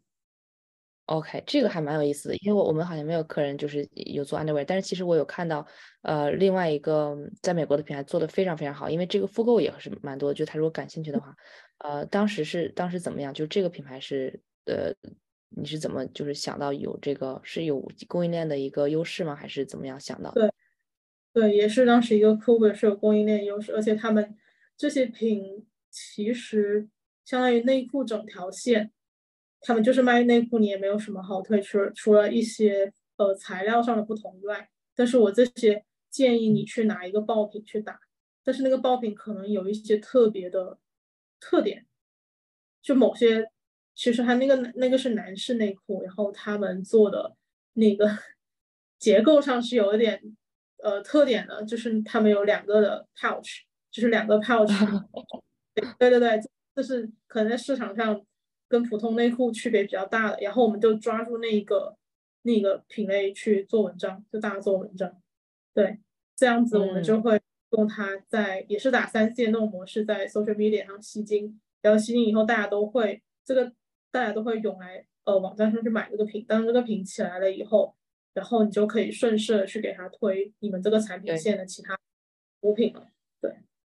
？OK，这个对还蛮有意思的，因为我我们好像没有客人就是有做 underwear，但是其实我有看到，呃，另外一个在美国的品牌做的非常非常好，因为这个复购也是蛮多的，就他如果感兴趣的话，呃，当时是当时怎么样？就这个品牌是呃，你是怎么就是想到有这个是有供应链的一个优势吗？还是怎么样想到的？ 对对，也是当时一个客户也是有供应链优势，而且他们这些品其实相当于内裤整条线，他们就是卖内裤，你也没有什么好退出，除了一些呃材料上的不同以外。但是我这些建议你去拿一个爆品去打，但是那个爆品可能有一些特别的特点，就某些其实它那个那个是男士内裤，然后他们做的那个结构上是有一点呃特点的，就是他们有两个的 pouch，就是两个 pouch，对对对，这是可能在市场上跟普通内裤区别比较大的，然后我们就抓住那一个那个品类去做文章，就大做文章，对，这样子我们嗯， 就会用它在也是打三线那种模式在 social media 上吸金，然后吸金以后大家都会这个大家都会涌来呃网站上去买这个品，当这个品起来了以后，然后你就可以顺势的去给他推你们这个产品对。 线的其他补品了，对。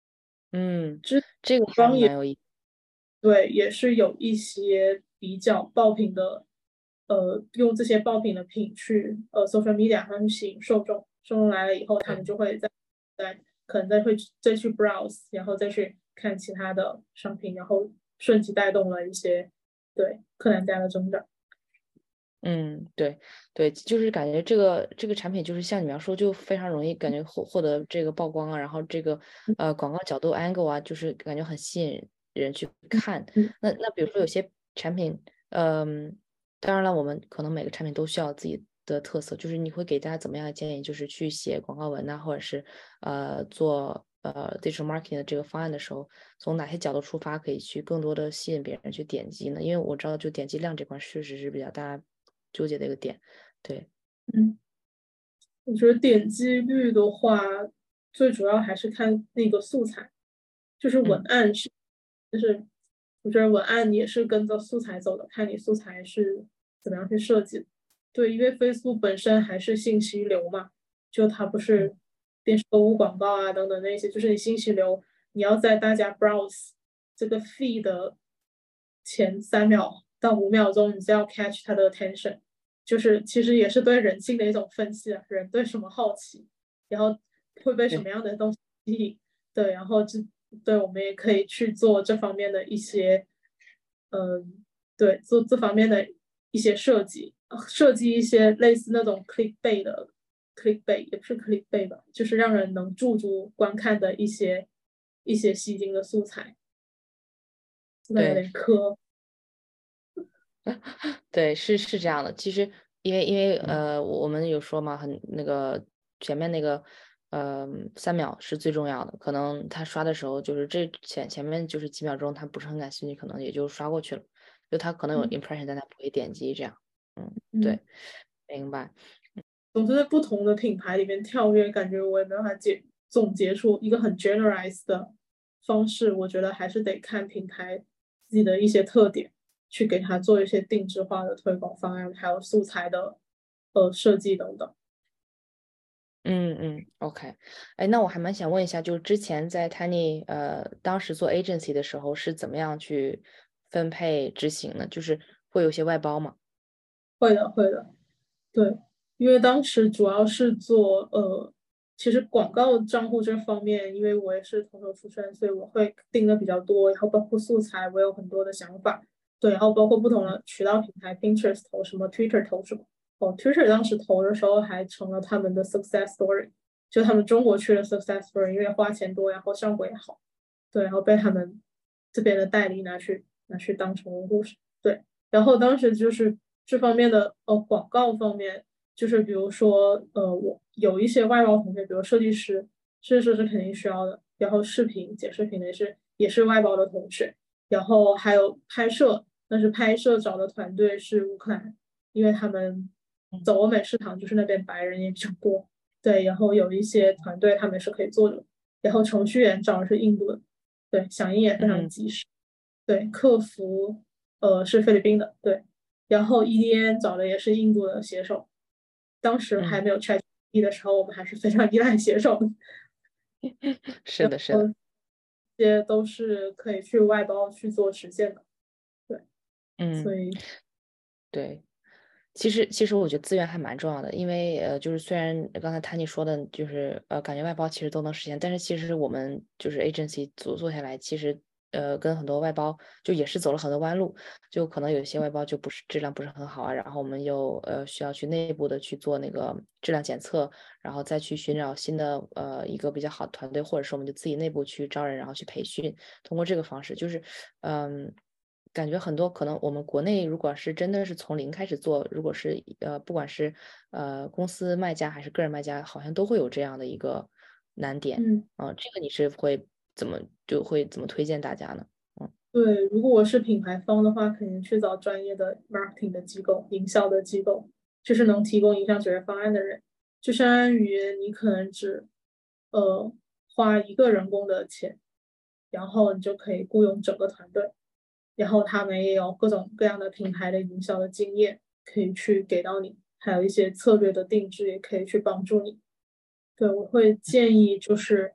嗯， 之这个还方也蛮有意思。 对，也是有一些比较爆品的，呃，用这些爆品的品去呃 social media 上去吸引受众，受众来了以后，他们就会再再可能再会再去 browse，然后再去看其他的商品，然后顺其带动了一些对客单价的增长。 嗯，对对，就是感觉这个这个产品就是像你描述，就非常容易感觉获获得这个曝光啊，然后这个呃广告角度 angle 啊，就是感觉很吸引人去看。 嗯那那比如说有些产品，嗯、当然了，我们可能每个产品都需要自己的特色，就是你会给大家怎么样的建议，就是去写广告文呐、或者是呃做呃 digital marketing 的这个方案的时候，从哪些角度出发，可以去更多的吸引别人去点击呢？因为我知道，就点击量这块确实是比较大纠结的一个点。对。 嗯。我觉得点击率的话，最主要还是看那个素材，就是文嗯案是，就是我觉得文案也是跟着素材走的，看你素材是怎么样去设计的。对，因为 Facebook 本身还是信息流嘛，就它不嗯是电视购物广告啊等等那些，就是你信息流，你要在大家 browse 这个 feed 的前三秒到五秒钟，你就要 catch 它的 attention。就是其实也是对人性的一种分析啊，人对什么好奇，然后会被什么对。 样的东西吸引，对，然后这对我们也可以去做这方面的一些，嗯，对，做这方面的一些设计，设计一些类似那种 clickbait 的 clickbait 也不是 clickbait 吧，就是让人能驻足观看的一些一些吸睛的素材，现在有对点磕， 对，是是这样的。其实，因为因为呃，我们有说嘛，很那个前面那个呃三秒是最重要的。可能他刷的时候，就是这前前面就是几秒钟，他不是很感兴趣，可能也就刷过去了。就他可能有嗯 impression，但他不会点击这样。嗯， 嗯。 对，明白。 总是在不同的品牌里面跳跃，感觉我也没办法解总结出一个很 generalized 的方式。我觉得还是得看品牌自己的一些特点，去给它做一些定制化的推广方案，还有素材的呃设计等等。 嗯嗯，OK。哎，那我还蛮想问一下，就是之前在 Tiny 呃当时做 agency 的时候是怎么样去分配执行呢？就是会有些外包吗？ 会的，会的。对，因为当时主要是做呃，其实广告账户这方面，因为我也是统筹出身，所以我会定的比较多，然后包括素材，我有很多的想法。对，然后包括不同的渠道平台，Pinterest 投什么，Twitter 投什么。哦，Twitter 当时投的时候还成了他们的 success story，就他们中国区的 success story，因为花钱多，然后效果也好。对，然后被他们这边的代理拿去拿去当成功故事。对，然后当时就是这方面的呃广告方面，就是比如说呃我有一些外包同学，比如设计师，设计师是肯定需要的，然后视频剪视频的也是也是外包的同学，然后还有拍摄，但是拍摄找的团队是乌克兰，因为他们嗯走欧美市场，就是那边白人也比较多。对，然后有一些团队他们是可以做的，然后程序员找的是印度的，对，响应也非常嗯及时。对，客服呃是菲律宾的，对，然后 E D N 找的也是印度的写手。当时还嗯， 没有 ChatGPT 的时候，我们还是非常依赖写手的， 是的，是的。 这些都是可以去外包去做实现的。对，所嗯， 以对。其实，其实我觉得资源还蛮重要的，因为呃，就是虽然刚才 Tanya 说的，就是呃，感觉外包其实都能实现，但是其实我们就是 agency 做做下来，其实呃，跟很多外包就也是走了很多弯路，就可能有些外包就不是质量不是很好啊，然后我们又呃需要去内部的去做那个质量检测，然后再去寻找新的呃一个比较好的团队，或者是我们就自己内部去招人，然后去培训，通过这个方式，就是嗯。感觉很多可能我们国内如果是真的是从零开始做，如果是呃不管是呃公司卖家还是个人卖家，好像都会有这样的一个难点嗯。 啊、这个你是会怎么就会怎么推荐大家呢？嗯对，如果我是品牌方的话，肯定去找专业的 marketing 的机构、营销的机构，就是能提供营销解决方案的人。就相当于你可能只呃花一个人工的钱，然后你就可以雇佣整个团队，然后他们也有各种各样的品牌的营销的经验可以去给到你，还有一些策略的定制也可以去帮助你。对，我会建议就是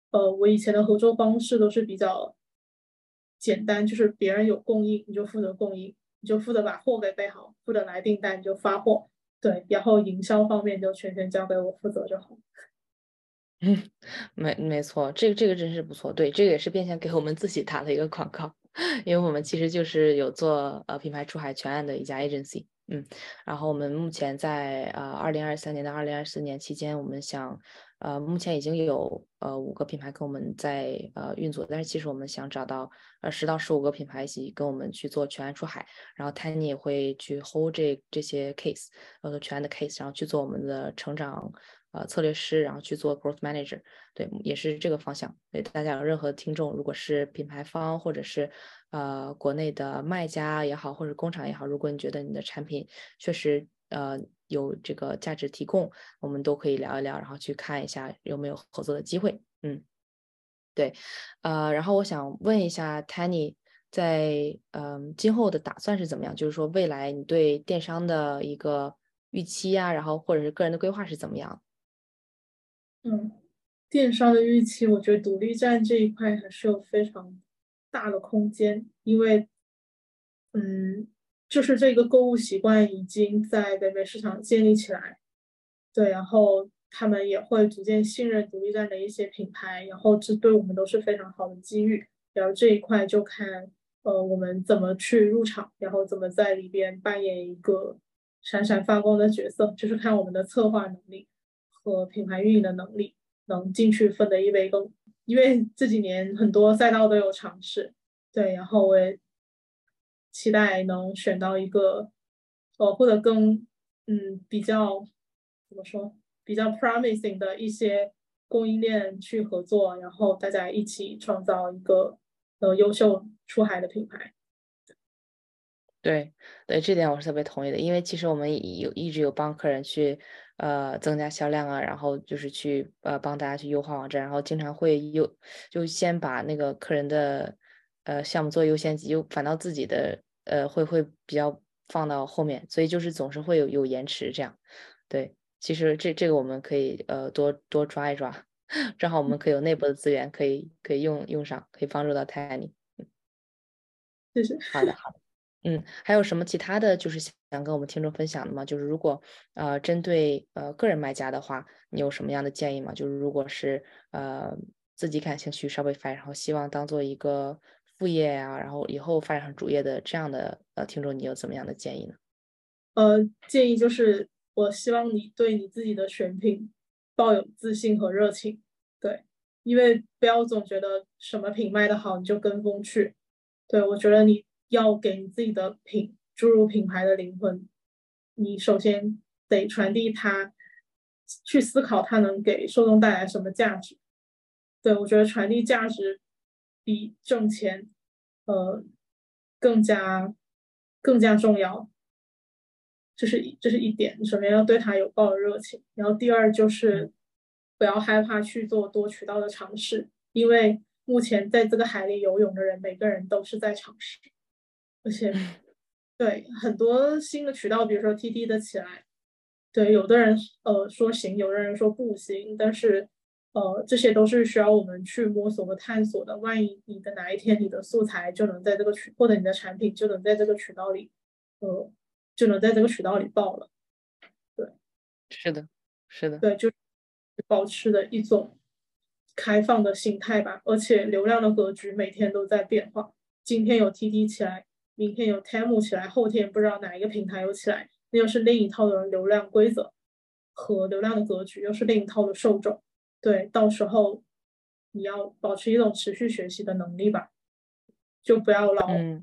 呃，我以前的合作方式都是比较简单，就是别人有供应你就负责供应，你就负责把货给备好，负责来订单你就发货，对，然后营销方面就全权交给我负责就好。 嗯，没没错，这个这个真是不错，对，这个也是变相给我们自己打了一个广告，因为我们其实就是有做呃品牌出海全案的一家 agency，嗯，然后我们目前在呃二零二三年到二零二四年期间，我们想呃目前已经有呃五个品牌跟我们在呃运作，但是其实我们想找到呃十到十五个品牌一起跟我们去做全案出海，然后 Tiny 也会去 hold 这这些 case，呃全案的 case，然后去做我们的成长。呃，策略师，然后去做 growth manager，对，也是这个方向。对，大家有任何听众，如果是品牌方或者是呃国内的卖家也好，或者工厂也好，如果你觉得你的产品确实呃有这个价值提供，我们都可以聊一聊，然后去看一下有没有合作的机会。嗯，对，呃，然后我想问一下 Tiny，在嗯、呃今后的打算是怎么样？就是说未来你对电商的一个预期啊，然后或者是个人的规划是怎么样？ 嗯，电商的预期，我觉得独立站这一块还是有非常大的空间，因为嗯，就是这个购物习惯已经在北美市场建立起来，对，然后他们也会逐渐信任独立站的一些品牌，然后这对我们都是非常好的机遇。然后这一块就看呃我们怎么去入场，然后怎么在里边扮演一个闪闪发光的角色，就是看我们的策划能力和品牌运营的能力能进去分得一杯羹。因为这几年很多赛道都有尝试，对，然后我也期待能选到一个呃或者更嗯比较怎么说比较 promising 的一些供应链去合作，然后大家一起创造一个呃优秀出海的品牌。 对对，这点我是特别同意的，因为其实我们有一直有帮客人去呃增加销量啊，然后就是去呃帮大家去优化网站，然后经常会优就先把那个客人的呃项目做优先级，又反倒自己的呃会会比较放到后面，所以就是总是会有有延迟这样。对，其实这这个我们可以呃多多抓一抓，正好我们可以有内部的资源可以可以用用上，可以帮助到 Tiny。 谢谢。 好的。嗯，还有什么其他的就是想跟我们听众分享的吗？就是如果呃针对呃个人卖家的话，你有什么样的建议吗？就是如果是呃自己感兴趣 Shopify，然后希望当做一个副业啊，然后以后发展成主业的这样的呃听众，你有怎么样的建议呢？ 呃，建议就是我希望你对你自己的选品抱有自信和热情，对，因为不要总觉得什么品卖的好你就跟风去，对，我觉得你要给你自己的品注入品牌的灵魂，你首先得传递它，去思考它能给受众带来什么价值。对，我觉得传递价值比挣钱，呃，更加更加重要。这是一这是一点，你首先要对它有抱有热情，然后第二就是不要害怕去做多渠道的尝试，因为目前在这个海里游泳的人，每个人都是在尝试，而且对很多新的渠道，比如说 T T 的起来，对有的人呃说行，有的人说不行，但是呃这些都是需要我们去摸索和探索的。万一你的哪一天你的素材就能在这个渠，或者你的产品就能在这个渠道里，呃就能在这个渠道里爆了。对是的，是的。 对，就保持的一种开放的心态吧。而且流量的格局每天都在变化，今天有 T T 起来，明天有 Temu 起来，后天不知道哪一个平台又起来，那又是另一套的流量规则和流量的格局，又是另一套的受众。对，到时候你要保持一种持续学习的能力吧，就不要老嗯。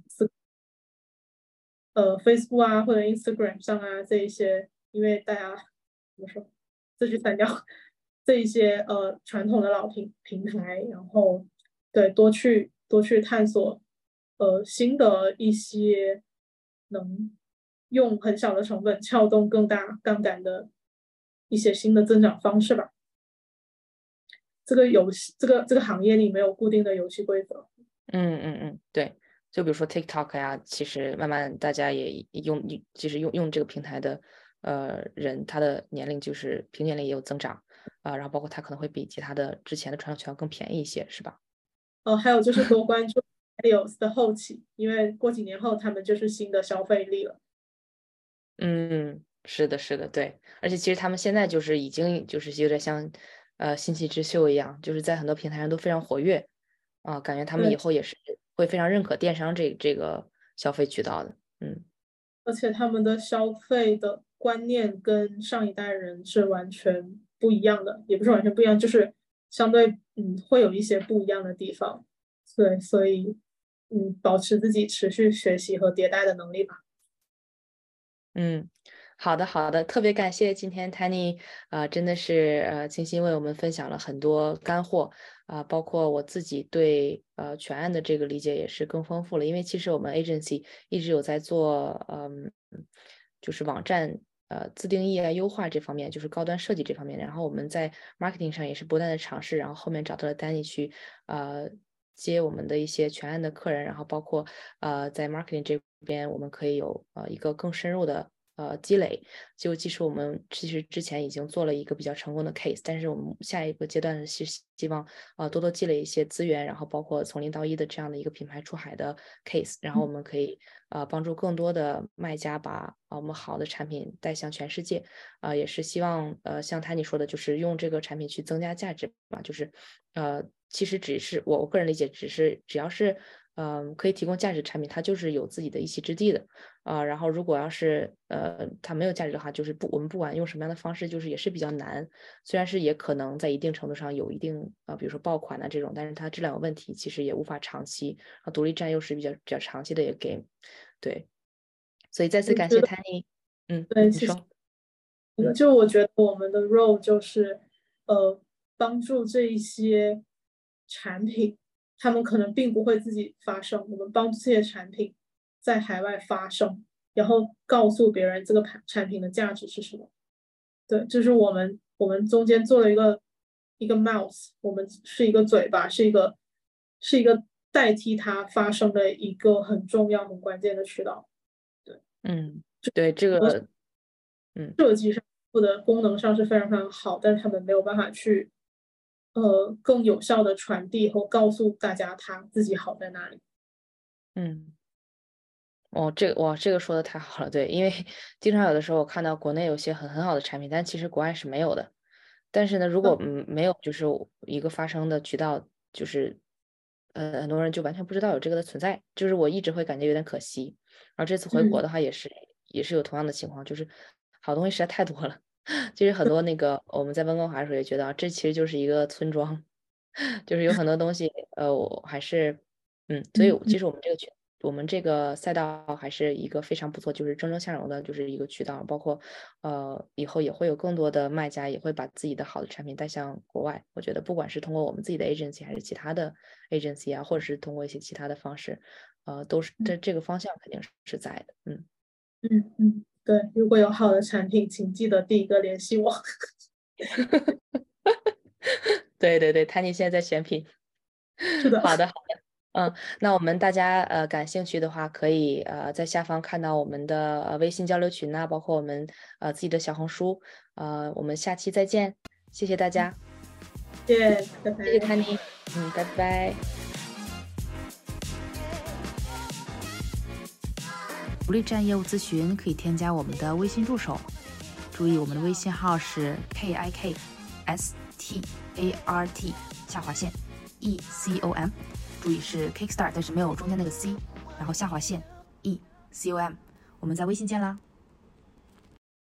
呃 Facebook 啊或者 Instagram 上啊这一些，因为大家怎么说，这句删掉这一些呃传统的老平平台，然后对多去多去探索呃新的一些能用很小的成本撬动更大杠杆的一些新的增长方式吧。这个游戏这个这个行业里没有固定的游戏规则。 嗯嗯嗯，对，就比如说 TikTok 呀，其实慢慢大家也用，其实用用这个平台的呃人，他的年龄就是平均年龄也有增长， 啊、呃，然后包括它可能会比其他的之前的传统渠道更便宜一些，是吧？ 哦，还有就是多关注 Helios 的后期，因为过几年后他们就是新的消费力了。 嗯，是的，是的，对，而且其实他们现在就是已经就是有点像呃新奇之秀一样，就是在很多平台上都非常活跃啊、感觉他们以对， 后也是会非常认可电商这这个消费渠道的。嗯而且他们的消费的观念跟上一代人是完全不一样的，也不是完全不一样，就是相对嗯会有一些不一样的地方。对，所以嗯保持自己持续学习和迭代的能力吧。 嗯，好的好的，特别感谢今天 Tiny 呃真的是呃精心为我们分享了很多干货啊、包括我自己对呃全案的这个理解也是更丰富了，因为其实我们 agency 一直有在做嗯就是网站呃自定义啊优化这方面，就是高端设计这方面，然后我们在 marketing 上也是不断的尝试，然后后面找到了 Danny 去呃接我们的一些全案的客人，然后包括呃在 marketing 这边我们可以有呃一个更深入的呃积累。就即使我们其实之前已经做了一个比较成功的 case，但是我们下一个阶段是希望呃多多积累一些资源，然后包括从零到一的这样的一个品牌出海的 case，然后我们可以呃帮助更多的卖家把呃我们好的产品带向全世界。啊、呃也是希望呃像他你说的，就是用这个产品去增加价值吧，就是呃其实只是我我个人理解，只是只要是嗯、呃可以提供价值产品，它就是有自己的一席之地的。啊、然后如果要是呃它没有价值的话，就是不我们不管用什么样的方式，就是也是比较难。虽然是也可能在一定程度上有一定啊、呃比如说爆款啊这种，但是它质量有问题，其实也无法长期啊独立站又是比较比较长期的一个 game。对，所以再次感谢我觉得 Tiny。嗯嗯， 对，谢谢。 你说。嗯就我觉得我们的 role 就是呃帮助这一些产品，他们可能并不会自己发声，我们帮助这些产品在海外发声，然后告诉别人这个产产品的价值是什么。对，就是我们我们中间做了一个一个 mouth，我们是一个嘴巴，是一个是一个代替它发声的一个很重要很关键的渠道。对， 嗯，对这个。嗯。 设计上或者功能上是非常非常好，但是他们没有办法去呃更有效的传递和告诉大家他自己好在哪里。 嗯。哦，这个哇，这个说的太好了，对，因为经常有的时候我看到国内有些很很好的产品，但其实国外是没有的。但是呢，如果嗯没有就是一个发声的渠道，就是呃很多人就完全不知道有这个的存在，就是我一直会感觉有点可惜。然后这次回国嗯， 的话，也是也是有同样的情况，就是好东西实在太多了。其实很多那个我们在温哥华的时候也觉得啊，这其实就是一个村庄，就是有很多东西，呃，我还是嗯，所以嗯嗯其实我们这个群。我们这个赛道还是一个非常不错，就是蒸蒸向荣的，就是一个渠道。包括呃，以后也会有更多的卖家也会把自己的好的产品带向国外。我觉得不管是通过我们自己的 agency，还是其他的 agency 啊，或者是通过一些其他的方式，呃，都是嗯这这个方向肯定是是在的。嗯， 嗯嗯，对，如果有好的产品，请记得第一个联系我。 对对对，谭你现在在选品。 是的， 好的。嗯，那我们大家呃感兴趣的话，可以呃在下方看到我们的呃微信交流群呐、包括我们呃自己的小红书。呃，我们下期再见，谢谢大家， 谢谢，拜谢谢拜。 Tani。嗯，拜拜。 独立站业务咨询可以添加我们的微信助手，注意我们的微信号是 K I K S T A R T 下划线 E C O M， 注意是 Kickstart， 但是没有中间那个 C， 然后下划线 E C O M， 我们在微信见啦。